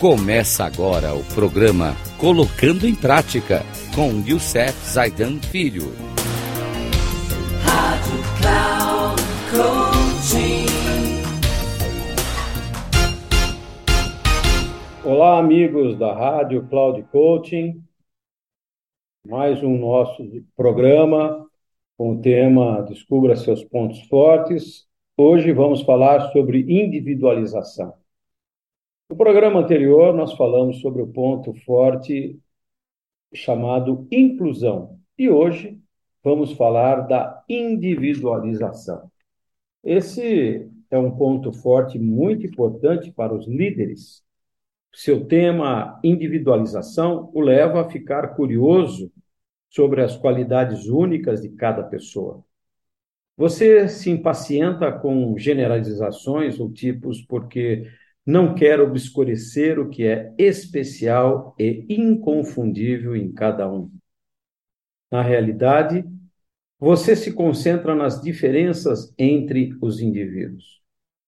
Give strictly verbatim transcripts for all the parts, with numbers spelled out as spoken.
Começa agora o programa Colocando em Prática, com Youssef Zaidan Filho. Rádio Cloud Coaching. Olá, amigos da Rádio Cloud Coaching. Mais um nosso programa com o tema Descubra seus pontos fortes. Hoje vamos falar sobre individualização. No programa anterior, nós falamos sobre o ponto forte chamado inclusão. E hoje vamos falar da individualização. Esse é um ponto forte muito importante para os líderes. Seu tema, individualização, o leva a ficar curioso sobre as qualidades únicas de cada pessoa. Você se impacienta com generalizações ou tipos porque não quer obscurecer o que é especial e inconfundível em cada um. Na realidade, você se concentra nas diferenças entre os indivíduos.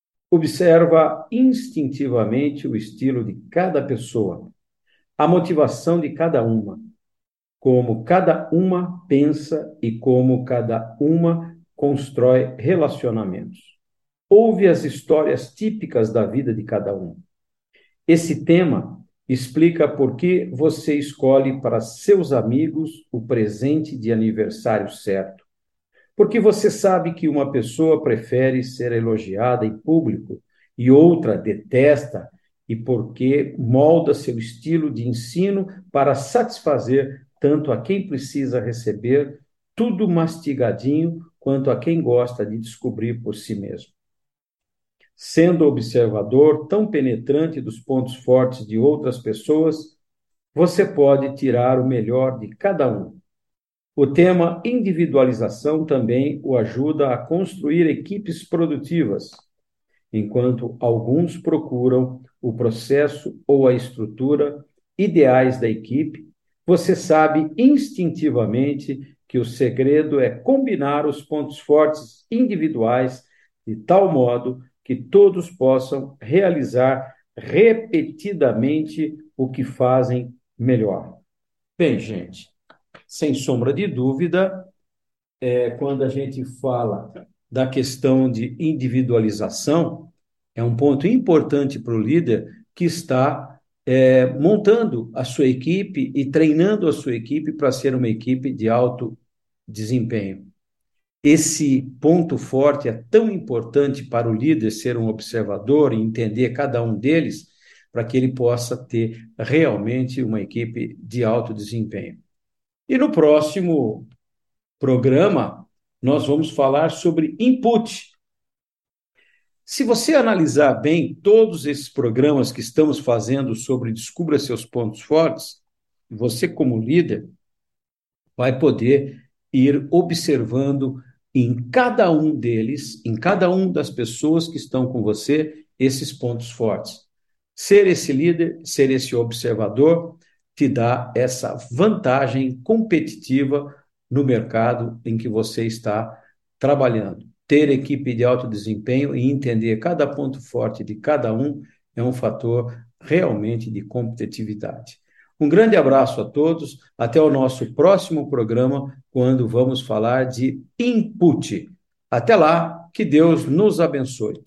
Observa instintivamente o estilo de cada pessoa, a motivação de cada uma, como cada uma pensa e como cada uma constrói relacionamentos. Ouve as histórias típicas da vida de cada um. Esse tema explica por que você escolhe para seus amigos o presente de aniversário certo. Porque você sabe que uma pessoa prefere ser elogiada em público e outra detesta, e porque molda seu estilo de ensino para satisfazer tanto a quem precisa receber tudo mastigadinho, quanto a quem gosta de descobrir por si mesmo. Sendo observador tão penetrante dos pontos fortes de outras pessoas, você pode tirar o melhor de cada um. O tema individualização também o ajuda a construir equipes produtivas, enquanto alguns procuram o processo ou a estrutura ideais da equipe. Você sabe instintivamente que o segredo é combinar os pontos fortes individuais de tal modo que todos possam realizar repetidamente o que fazem melhor. Bem, gente, sem sombra de dúvida, é, quando a gente fala da questão de individualização, é um ponto importante para o líder que está é, montando a sua equipe e treinando a sua equipe para ser uma equipe de alto desempenho. Esse ponto forte é tão importante para o líder ser um observador e entender cada um deles para que ele possa ter realmente uma equipe de alto desempenho. E no próximo programa, nós vamos falar sobre input. Se você analisar bem todos esses programas que estamos fazendo sobre Descubra seus pontos fortes, você como líder vai poder ir observando em cada um deles, em cada uma das pessoas que estão com você, esses pontos fortes. Ser esse líder, ser esse observador, te dá essa vantagem competitiva no mercado em que você está trabalhando. Ter equipe de alto desempenho e entender cada ponto forte de cada um é um fator realmente de competitividade. Um grande abraço a todos, até o nosso próximo programa, quando vamos falar de input. Até lá, que Deus nos abençoe.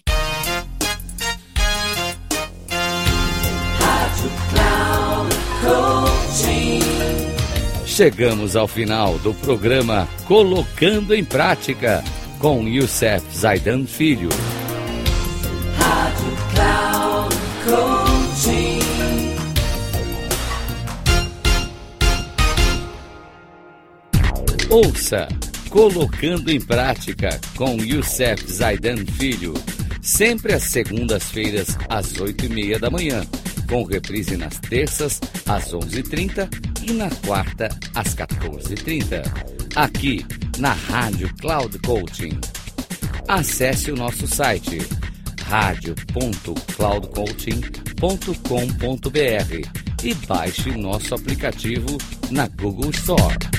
Chegamos ao final do programa Colocando em Prática, com Youssef Zaidan Filho. Rádio Cloud Coaching. Ouça Colocando em Prática com Youssef Zaidan Filho, sempre às segundas-feiras, às oito e meia da manhã, com reprise nas terças, às onze e trinta e na quarta, às quatorze e trinta, aqui na Rádio Cloud Coaching. Acesse o nosso site rádio ponto cloud coaching ponto com ponto b r e baixe nosso aplicativo na Google Store.